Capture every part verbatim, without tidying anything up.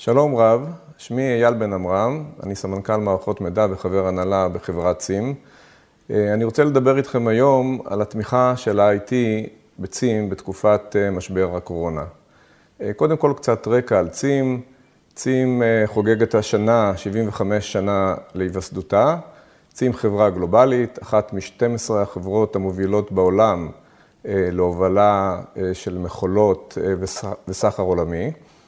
שלום רב, שמי אייל בן עמרם, אני סמנכ"ל מערכות מידע וחבר הנהלה בחברת צים. אני רוצה לדבר איתכם היום על התמיכה של ה-איי טי בצים בתקופת משבר הקורונה. קודם כל קצת רקע על צים. צים חוגגת השנה שבעים וחמש שנה להיווסדותה. צים חברה גלובלית, אחת מ-שתים עשרה החברות המובילות בעולם להובלה של מכולות וסחר עולמי.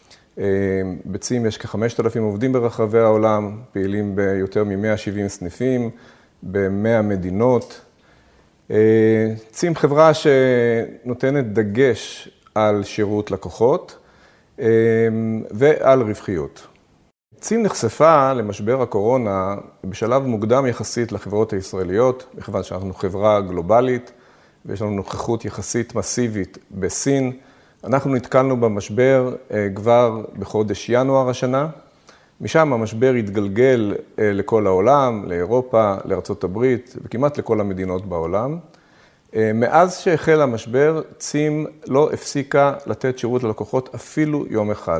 בצים יש כ-חמשת אלפים עובדים ברחבי העולם, פעילים ביותר מ-מאה ושבעים סניפים, ב-מאה מדינות. צים חברה שנותנת דגש על שירות לקוחות ועל רווחיות. צים נחשפה למשבר הקורונה בשלב מוקדם יחסית לחברות הישראליות, מכיוון שאנחנו חברה גלובלית ויש לנו נוכחות יחסית מסיבית בסין. אנחנו נתקלנו במשבר כבר בחודש ינואר השנה. משם המשבר התגלגל לכל העולם, לאירופה, לארצות הברית וכמעט לכל המדינות בעולם. מאז שהחל המשבר, צים לא הפסיקה לתת שירות ללקוחות אפילו יום אחד.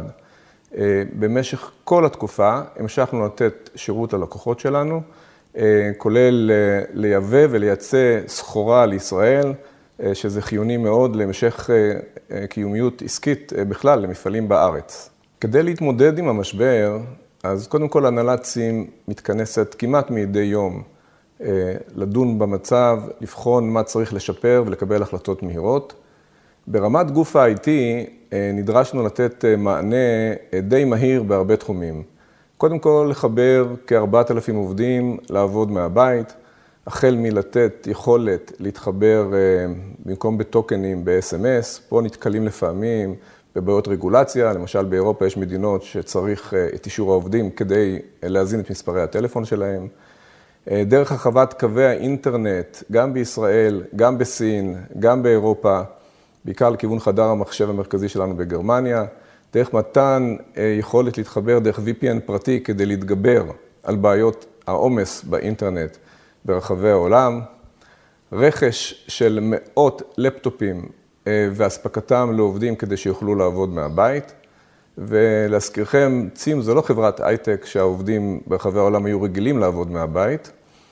במשך כל התקופה המשכנו לתת שירות ללקוחות שלנו, כולל לייבא ולייצא סחורה לישראל, שזה חיוני מאוד להמשך קיומיות עסקית בכלל למפעלים בארץ. כדי להתמודד עם המשבר, אז קודם כל הנהלת צים מתכנסת כמעט מדי יום לדון במצב, לבחון מה צריך לשפר ולקבל החלטות מהירות. ברמת גוף ה-איי טי נדרשנו לתת מענה די מהיר בהרבה תחומים. קודם כל לחבר כ-ארבעת אלפים עובדים לעבוד מהבית, החל מלתת יכולת להתחבר במקום בטוקנים ב-אס אם אס, פה נתקלים לפעמים בבעיות רגולציה, למשל באירופה יש מדינות שצריך את אישור העובדים כדי להזין את מספרי הטלפון שלהם. דרך הרחבת קווי האינטרנט, גם בישראל, גם בסין, גם באירופה, בעיקר לכיוון חדר המחשב המרכזי שלנו בגרמניה, דרך מתן יכולת להתחבר דרך וי פי אן פרטי כדי להתגבר על בעיות העומס באינטרנט ברחבי העולם, רכש של מאות לפטופים והספקתם לעובדים כדי שיוכלו לעבוד מהבית. ולהזכירכם, צים זו לא חברת הייטק שהעובדים ברחבי העולם היו רגילים לעבוד מהבית.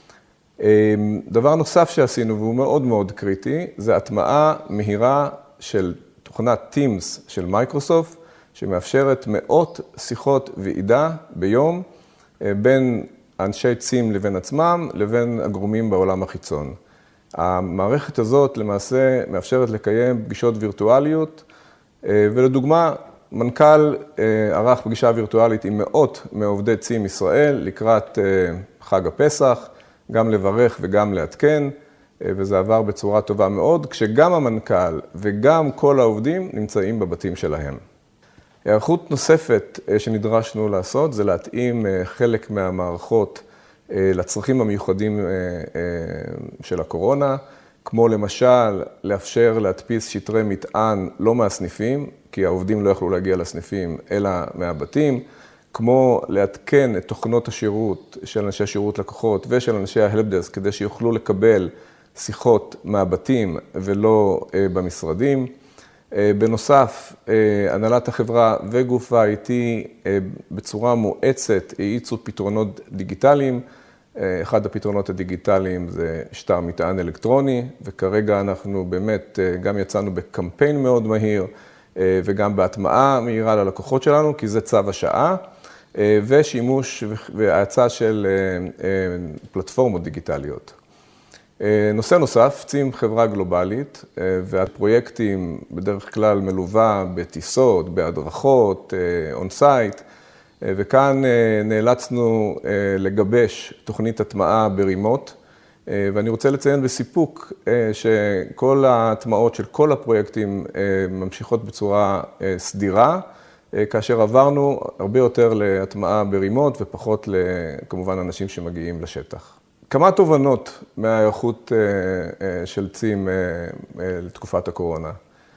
דבר נוסף שעשינו והוא מאוד מאוד קריטי, זה הטמעה מהירה של תוכנת טימס של מייקרוסופט, שמאפשרת מאות שיחות ועידה ביום בין אנשי צים לבין עצמם, לבין הגורמים בעולם החיצון. המערכת הזאת למעשה מאפשרת לקיים פגישות וירטואליות, ולדוגמה, מנכ"ל ערך פגישה וירטואלית עם מאות מעובדי צים ישראל לקראת חג הפסח, גם לברך וגם לעדכן, וזה עבר בצורה טובה מאוד, כשגם המנכ"ל וגם כל העובדים נמצאים בבתים שלהם. הערכות נוספת שנדרשנו לעשות זה להתאים חלק מהמערכות לצרכים המיוחדים של הקורונה, כמו למשל לאפשר להדפיס שטרי מטען לא מהסניפים, כי העובדים לא יכלו להגיע לסניפים אלא מהבתים, כמו לעדכן את תוכנות השירות של אנשי שירות לקוחות ושל אנשי ההלפדסק, כדי שיוכלו לקבל שיחות מהבתים ולא במשרדים. בנוסף, הנהלת החברה וגוף ה-איי טי בצורה מואצת האיצו פתרונות דיגיטליים. אחד הפתרונות הדיגיטליים זה שטר מטען אלקטרוני, וכרגע אנחנו באמת גם יצאנו בקמפיין מאוד מהיר, וגם בהטמעה מהירה ללקוחות שלנו, כי זה צו השעה, ושימוש והאצה של פלטפורמות דיגיטליות. נושא נוסף, צים חברה גלובלית, והפרויקטים בדרך כלל מלווה בטיסות, בהדרכות, און-סייט, וכאן נאלצנו לגבש תוכנית הטמעה ברימוט, ואני רוצה לציין בסיפוק שכל ההטמעות של כל הפרויקטים ממשיכות בצורה סדירה, כאשר עברנו הרבה יותר להטמעה ברימוט ופחות כמובן אנשים שמגיעים לשטח. כמה תובנות מההיערכות של צים לתקופת הקורונה.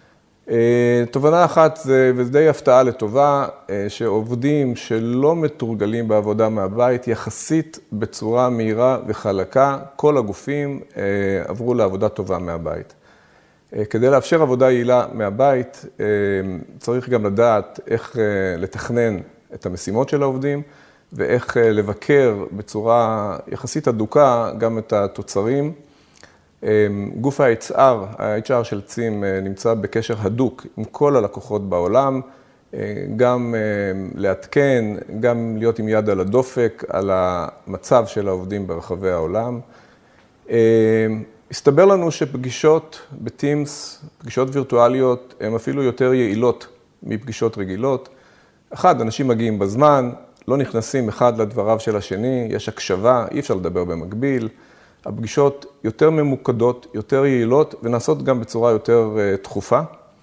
תובנה אחת, וזה די הפתעה לטובה, שעובדים שלא מתורגלים בעבודה מהבית, יחסית בצורה מהירה וחלקה, כל הגופים עברו לעבודה טובה מהבית. כדי לאפשר עבודה יעילה מהבית, צריך גם לדעת איך לתכנן את המשימות של העובדים, ואיך לבקר בצורה יחסית אדוקה גם את התוצרים. גוף ה-אייץ' אר, ה-אייץ' אר של צים נמצא בקשר הדוק עם כל הלקוחות בעולם, גם לעדכן, גם להיות עם יד על הדופק, על המצב של העובדים ברחבי העולם. הסתבר לנו שפגישות בטימס, פגישות וירטואליות, הן אפילו יותר יעילות מפגישות רגילות. אחד, אנשים מגיעים בזמן, לא נכנסים אחד לדבריו של השני, יש הקשבה, אי אפשר לדבר במקביל. הפגישות יותר ממוקדות, יותר יעילות, ונעשות גם בצורה יותר תכופה.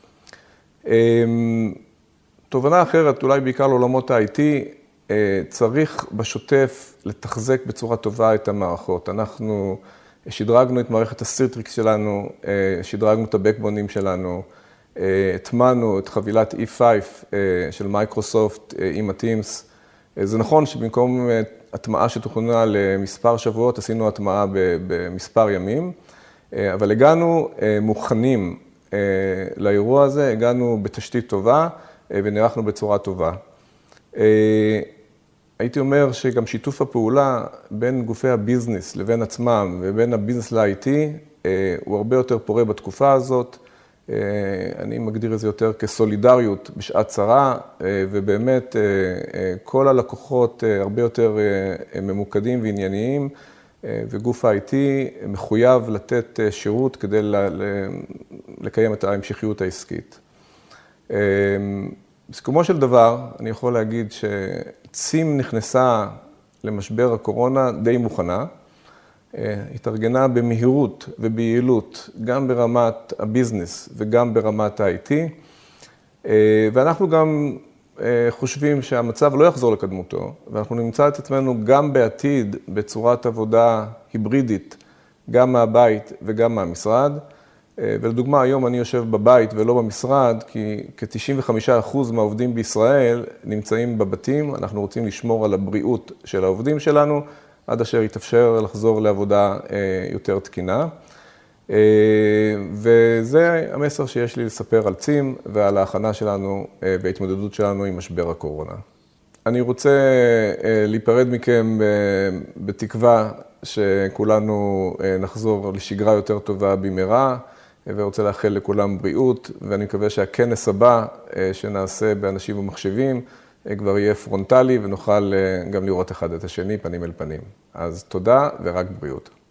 תובנה אחרת, אולי בעיקר לעולמות ה-איי טי, צריך בשוטף לתחזק בצורה טובה את המערכות. אנחנו שדרגנו את מערכת הסירטריקס שלנו, שדרגנו את הבקבונים שלנו, הטמענו את חבילת אי פייב של מייקרוסופט עם הטימס. זה נכון שבמקום הטמעה שתוכננה למספר שבועות, עשינו הטמעה במספר ימים, אבל הגענו מוכנים לאירוע הזה, הגענו בתשתית טובה ונערכנו בצורה טובה. הייתי אומר שגם שיתוף הפעולה בין גופי הביזנס לבין עצמם ובין הביזנס ל-איי טי הוא הרבה יותר פורה בתקופה הזאת. אני מגדיר את זה יותר כסולידריות בשעת צרה, ובאמת כל הלקוחות הרבה יותר ממוקדים וענייניים, וגוף ה-איי טי מחויב לתת שירות כדי לקיים את ההמשכיות העסקית. בסיכומו של דבר, אני יכול להגיד שצים נכנסה למשבר הקורונה די מוכנה, התארגנה במהירות וביעילות, גם ברמת הביזנס וגם ברמת ה-איי טי, ואנחנו גם חושבים שהמצב לא יחזור לקדמותו, ואנחנו נמצא את עצמנו גם בעתיד בצורת עבודה היברידית, גם מהבית וגם מהמשרד. ולדוגמה, היום אני יושב בבית ולא במשרד, כי כ-תשעים וחמישה אחוז מהעובדים בישראל נמצאים בבתים. אנחנו רוצים לשמור על הבריאות של העובדים שלנו, עד אשר יתאפשר לחזור לעבודה יותר תקינה. וזה המסר שיש לי לספר על צים ועל ההכנה שלנו וההתמודדות שלנו עם משבר הקורונה. אני רוצה להיפרד מכם בתקווה שכולנו נחזור לשגרה יותר טובה במהרה, ורוצה לאחל לכולם בריאות, ואני מקווה שהכנס הבא שנעשה באנשים ומחשבים כבר יהיה פרונטלי, ונוכל גם לראות אחד את השני פנים אל פנים. אז תודה ורק בריאות.